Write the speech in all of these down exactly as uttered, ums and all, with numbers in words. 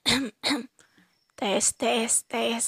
Tes, tes, tes.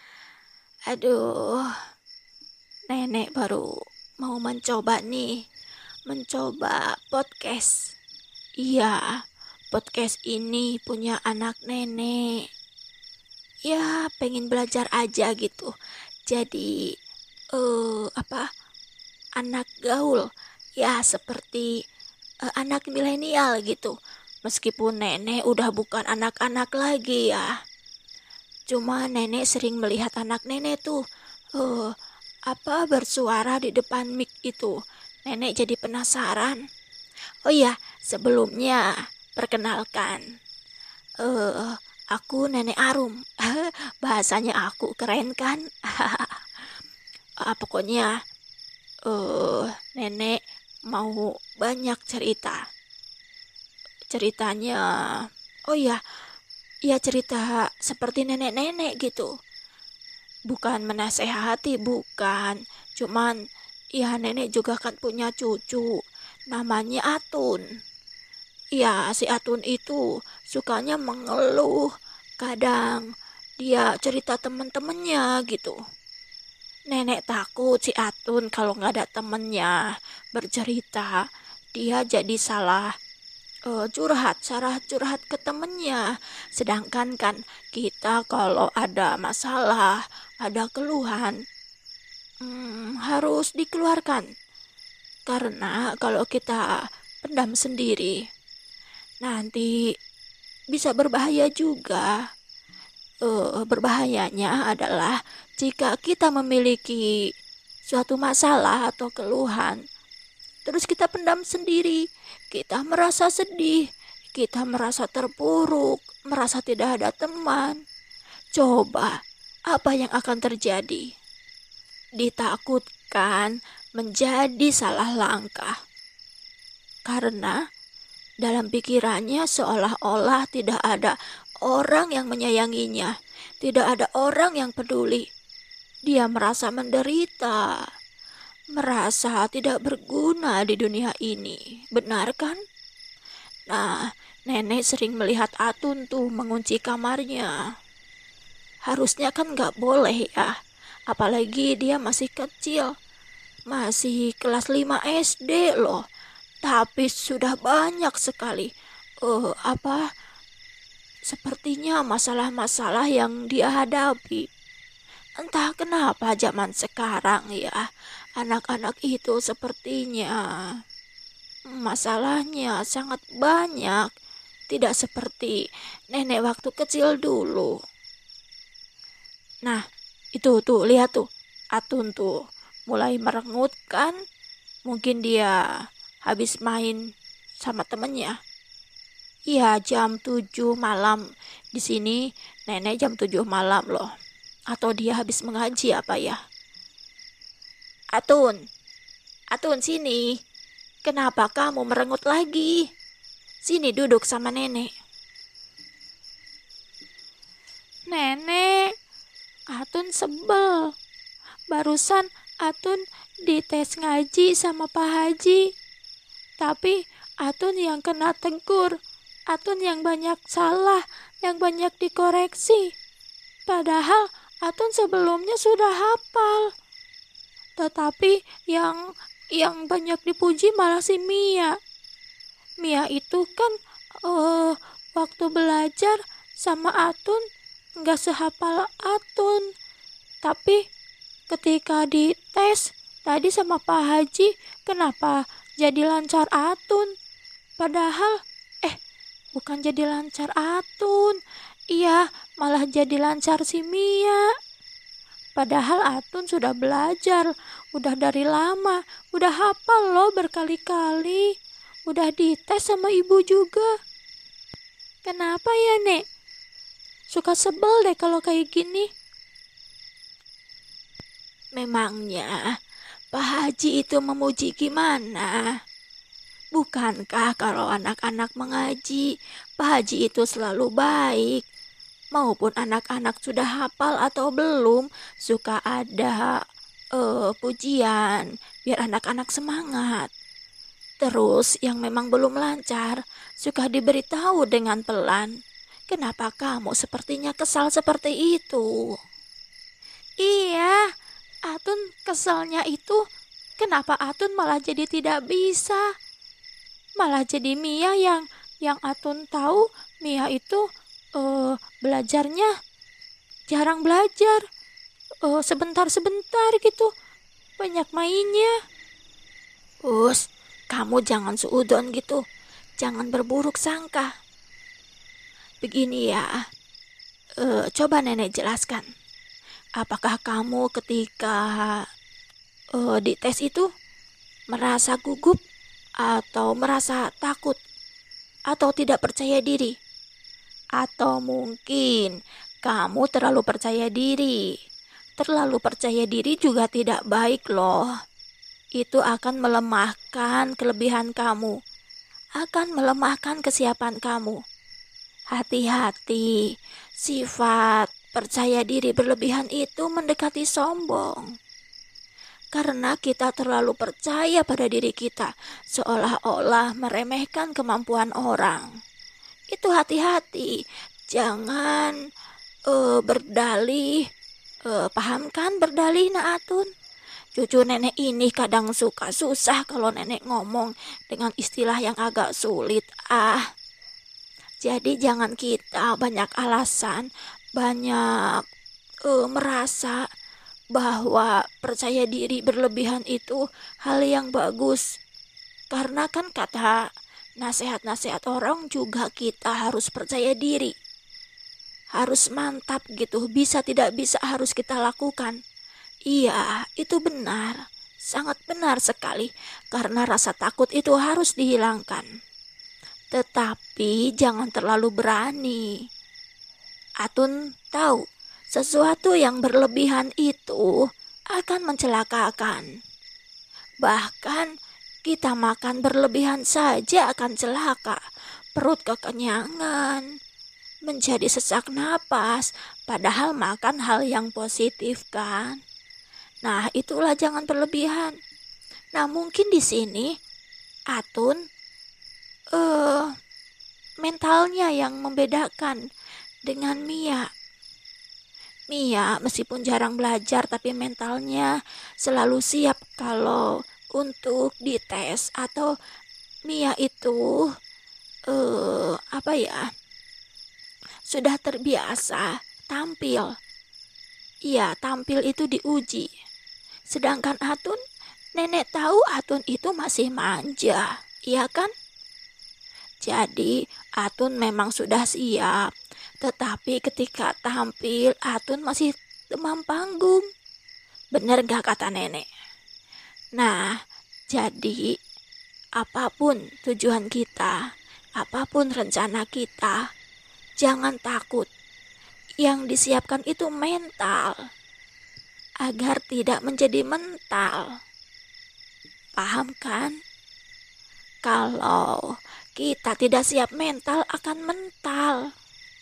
Aduh, nenek baru mau mencoba nih, mencoba podcast. Iya, podcast ini punya anak nenek. Ya, pengen belajar aja gitu. Jadi, eh apa? Anak gaul. Ya, seperti eh, anak milenial gitu. Meskipun nenek udah bukan anak-anak lagi ya. Cuma nenek sering melihat anak nenek tuh uh, apa bersuara di depan mic itu. Nenek jadi penasaran. Oh iya, sebelumnya perkenalkan. Eh aku Nenek Arum. Bahasanya aku keren kan? Ah, pokoknya eh nenek mau banyak cerita. Ceritanya oh iya, iya cerita seperti nenek-nenek gitu. Bukan menasehati, bukan. Cuman, ya nenek juga kan punya cucu. Namanya Atun. Ya, si Atun itu sukanya mengeluh. Kadang dia cerita temen-temennya gitu. Nenek takut si Atun kalau nggak ada temennya bercerita. Dia jadi salah eh, curhat, salah curhat ke temennya. Sedangkan kan kita kalau ada masalah, ada keluhan, hmm, harus dikeluarkan. Karena kalau kita pendam sendiri, nanti bisa berbahaya juga. Eh, berbahayanya adalah jika kita memiliki suatu masalah atau keluhan, terus kita pendam sendiri, kita merasa sedih, kita merasa terpuruk, merasa tidak ada teman. Coba, apa yang akan terjadi? Ditakutkan menjadi salah langkah. Karena dalam pikirannya seolah-olah tidak ada orang yang menyayanginya, tidak ada orang yang peduli. Dia merasa menderita, merasa tidak berguna di dunia ini. Benar kan? Nah, nenek sering melihat Atun tuh mengunci kamarnya. Harusnya kan nggak boleh ya. Apalagi dia masih kecil. Masih kelas lima S D loh. Tapi sudah banyak sekali. Eh, apa? Sepertinya masalah-masalah yang dia hadapi. Entah kenapa zaman sekarang ya. Anak-anak itu sepertinya masalahnya sangat banyak. Tidak seperti nenek waktu kecil dulu. Nah, itu tuh, lihat tuh. Atun tuh mulai merengut kan. Mungkin dia habis main sama temennya. Iya, jam tujuh malam. Di sini nenek jam tujuh malam loh. Atau dia habis mengaji apa ya? Atun, Atun sini. Kenapa kamu merengut lagi? Sini duduk sama nenek. Nenek, Atun sebel. Barusan Atun dites ngaji sama Pak Haji. Tapi Atun yang kena tegur. Atun yang banyak salah, yang banyak dikoreksi. Padahal Atun sebelumnya sudah hafal. Tetapi yang yang banyak dipuji malah si Mia. Mia itu kan uh, waktu belajar sama Atun nggak sehafal Atun. Tapi ketika dites tadi sama Pak Haji, kenapa jadi lancar Atun? Padahal, eh, bukan jadi lancar Atun. Iya, malah jadi lancar si Mia. Padahal Atun sudah belajar, udah dari lama, udah hafal loh berkali-kali. Udah dites sama ibu juga. Kenapa ya, Nek? Suka sebel deh kalau kayak gini. Memangnya Pak Haji itu memuji gimana? Bukankah kalau anak-anak mengaji, Pak Haji itu selalu baik? Maupun anak-anak sudah hafal atau belum, suka ada uh, pujian, biar anak-anak semangat. Terus yang memang belum lancar, suka diberitahu dengan pelan. Kenapa kamu sepertinya kesal seperti itu? Iya, Atun kesalnya itu kenapa Atun malah jadi tidak bisa? Malah jadi Mia yang yang Atun tahu Mia itu eh, belajarnya jarang belajar, eh, sebentar-sebentar gitu, banyak mainnya. Us, kamu jangan suudon gitu, jangan berburuk sangka. Begini ya, eh, coba nenek jelaskan. Apakah kamu ketika eh, di tes itu merasa gugup atau merasa takut atau tidak percaya diri? Atau mungkin kamu terlalu percaya diri? Terlalu percaya diri juga tidak baik loh. Itu akan melemahkan kelebihan kamu, akan melemahkan kesiapan kamu. Hati-hati, sifat percaya diri berlebihan itu mendekati sombong. Karena kita terlalu percaya pada diri kita, seolah-olah meremehkan kemampuan orang. Itu hati-hati, jangan uh, berdalih, uh, paham kan berdalih Naatun? Cucu nenek ini kadang suka susah kalau nenek ngomong dengan istilah yang agak sulit. Ah, jadi jangan kita banyak alasan, banyak uh, merasa bahwa percaya diri berlebihan itu hal yang bagus. Karena kan kata nasihat-nasihat orang juga kita harus percaya diri. Harus mantap gitu, bisa tidak bisa harus kita lakukan. Iya, itu benar, sangat benar sekali, karena rasa takut itu harus dihilangkan. Tetapi jangan terlalu berani. Atun tahu, sesuatu yang berlebihan itu akan mencelakakan. Bahkan kita makan berlebihan saja akan celaka, perut kekenyangan, menjadi sesak napas, padahal makan hal yang positif kan. Nah, itulah jangan berlebihan. Nah, mungkin di sini Atun eh uh, mentalnya yang membedakan dengan Mia. Mia meskipun jarang belajar tapi mentalnya selalu siap kalau untuk dites, atau Mia itu eh uh, apa ya? Sudah terbiasa tampil. Iya, tampil itu diuji. Sedangkan Atun, nenek tahu Atun itu masih manja, iya kan? Jadi Atun memang sudah siap, tetapi ketika tampil Atun masih demam panggung. Bener gak kata nenek? Nah, jadi apapun tujuan kita, apapun rencana kita, jangan takut. Yang disiapkan itu mental, agar tidak menjadi mental. Paham kan? Kalau kita tidak siap mental akan mental.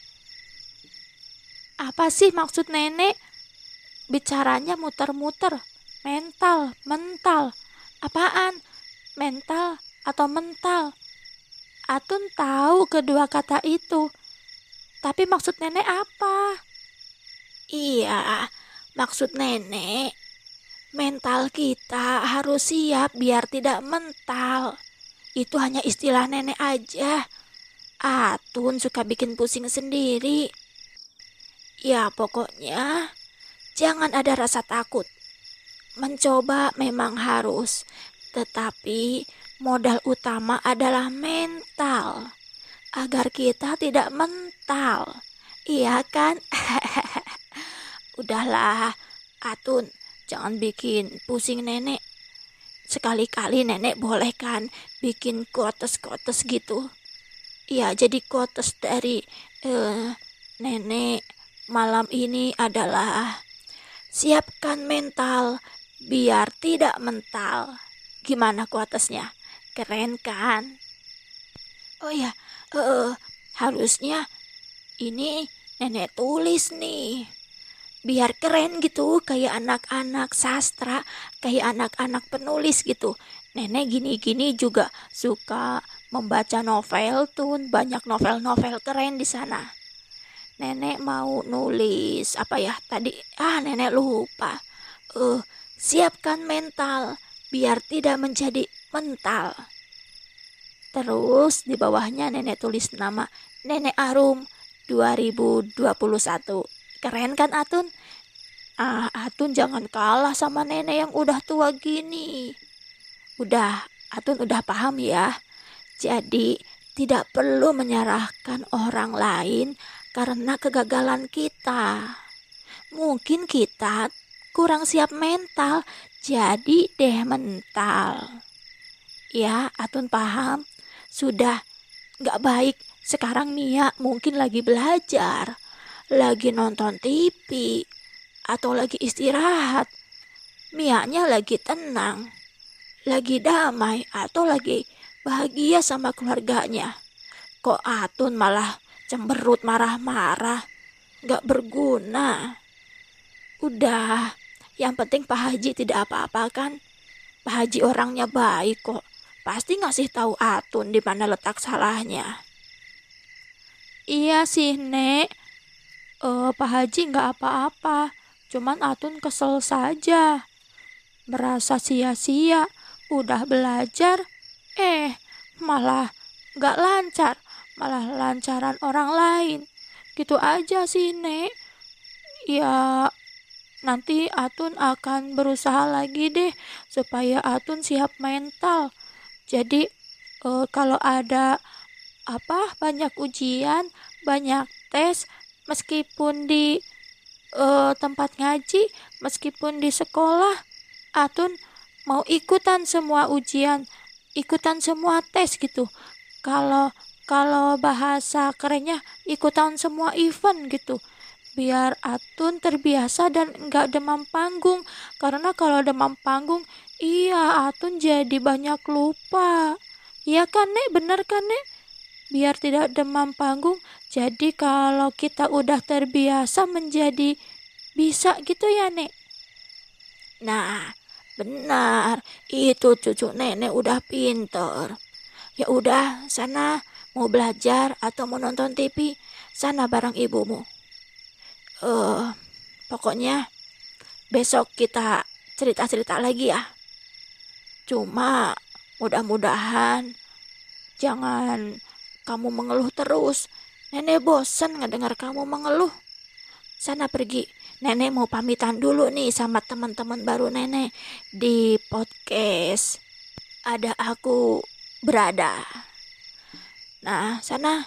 Apa sih maksud nenek? Bicaranya muter-muter. Mental, mental. Apaan? Mental atau mental? Atun tahu kedua kata itu. Tapi maksud nenek apa? Iya, maksud nenek, mental kita harus siap biar tidak mental. Itu hanya istilah nenek aja. Atun suka bikin pusing sendiri. Ya pokoknya, jangan ada rasa takut. Mencoba memang harus, tetapi modal utama adalah mental. Agar kita tidak mental. Iya kan? Udahlah, Atun, jangan bikin pusing nenek. Sekali-kali nenek boleh kan bikin quotes-quotes gitu. Iya, jadi quotes dari uh, nenek malam ini adalah siapkan mental biar tidak mental. Gimana quotesnya? Keren kan? Oh ya, uh, harusnya ini nenek tulis nih. Biar keren gitu, kayak anak-anak sastra, kayak anak-anak penulis gitu. Nenek gini-gini juga suka membaca novel tuh, banyak novel-novel keren di sana. nenek mau nulis apa ya tadi? Ah, nenek lupa. Eh, siapkan mental biar tidak menjadi mental. Terus di bawahnya nenek tulis nama Nenek Arum dua ribu dua puluh satu. Keren kan Atun? Ah, Atun jangan kalah sama nenek yang udah tua gini. Udah, Atun udah paham ya. Jadi tidak perlu menyalahkan orang lain karena kegagalan kita. Mungkin kita kurang siap mental, jadi deh mental. Ya, Atun paham. Sudah, gak baik. Sekarang Mia mungkin lagi belajar, lagi nonton T V, atau lagi istirahat. Mianya lagi tenang, lagi damai, atau lagi bahagia sama keluarganya. Kok Atun malah cemberut marah-marah, gak berguna. Udah, yang penting Pak Haji tidak apa-apa kan? Pak Haji orangnya baik kok. Pasti ngasih tahu Atun di mana letak salahnya. Iya sih, Nek. Eh, Pak Haji nggak apa-apa. Cuman Atun kesel saja. Merasa sia-sia. Udah belajar. Eh, malah nggak lancar. Malah lancaran orang lain. Gitu aja sih, Nek. Ya, nanti Atun akan berusaha lagi deh. Supaya Atun siap mental. Jadi eh, kalau ada apa banyak ujian, banyak tes, meskipun di eh, tempat ngaji, meskipun di sekolah, Atun mau ikutan semua ujian, ikutan semua tes gitu. Kalau kalau bahasa kerennya ikutan semua event gitu. Biar Atun terbiasa dan enggak demam panggung. Karena kalau demam panggung, iya Atun jadi banyak lupa. Iya kan Nek, bener kan Nek? Biar tidak demam panggung. Jadi kalau kita udah terbiasa menjadi bisa gitu ya Nek. Nah, benar. Itu cucu nenek udah pinter. Ya udah, sana mau belajar atau mau nonton T V, sana bareng ibumu. Eh, uh, pokoknya besok kita cerita-cerita lagi ya. Cuma mudah-mudahan jangan kamu mengeluh terus. Nenek bosan ngedengar kamu mengeluh. Sana pergi. Nenek mau pamitan dulu nih sama teman-teman baru nenek di podcast Ada Aku Berada. Nah, sana.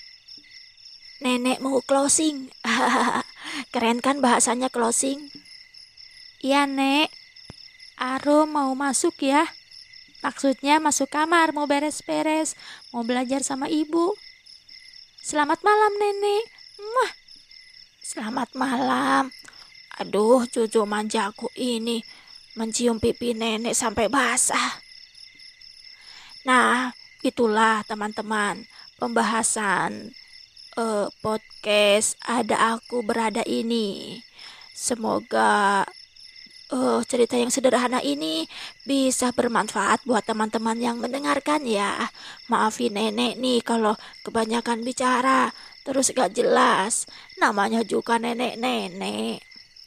Nenek mau closing. Keren kan bahasanya closing? Iya, Nek. Arum mau masuk ya. Maksudnya masuk kamar, mau beres-beres, mau belajar sama ibu. Selamat malam, Nenek. Wah, selamat malam. Aduh, cucu manjaku ini mencium pipi nenek sampai basah. Nah, itulah teman-teman pembahasan uh, podcast Ada Aku Berada ini. Semoga uh, cerita yang sederhana ini bisa bermanfaat buat teman-teman yang mendengarkan ya. Maafin nenek nih kalau kebanyakan bicara terus gak jelas. Namanya juga nenek-nenek.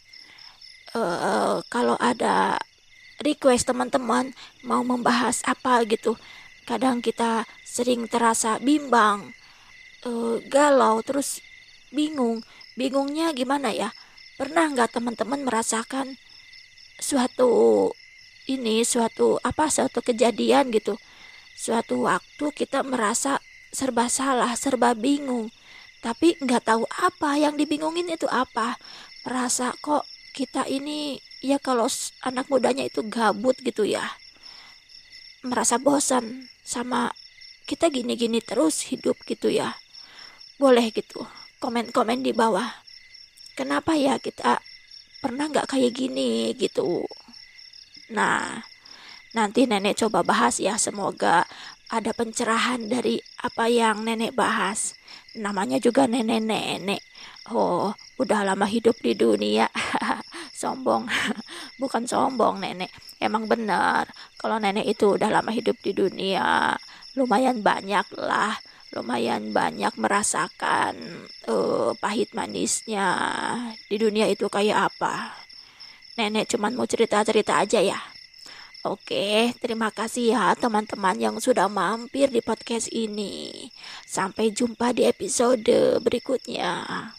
Uh, kalau ada request teman-teman mau membahas apa gitu, kadang kita sering terasa bimbang, uh, galau, terus bingung. Bingungnya gimana ya? Pernah nggak teman-teman merasakan suatu ini, suatu apa, suatu kejadian gitu, suatu waktu kita merasa serba salah, serba bingung, tapi nggak tahu apa yang dibingungin itu apa. Merasa kok kita ini, ya kalau anak mudanya itu gabut gitu ya, merasa bosan sama kita gini-gini terus hidup gitu ya. Boleh gitu komen-komen di bawah, kenapa ya kita pernah nggak kayak gini gitu. Nah, nanti nenek coba bahas ya, semoga ada pencerahan dari apa yang nenek bahas. Namanya juga nenek-nenek. Oh, udah lama hidup di dunia. Sombong. Bukan sombong nenek. Emang benar. Kalau nenek itu udah lama hidup di dunia, lumayan banyak lah. Lumayan banyak merasakan uh, tahu pahit manisnya di dunia itu kayak apa. Nenek cuman mau cerita-cerita aja ya. Oke, terima kasih ya teman-teman yang sudah mampir di podcast ini. Sampai jumpa di episode berikutnya.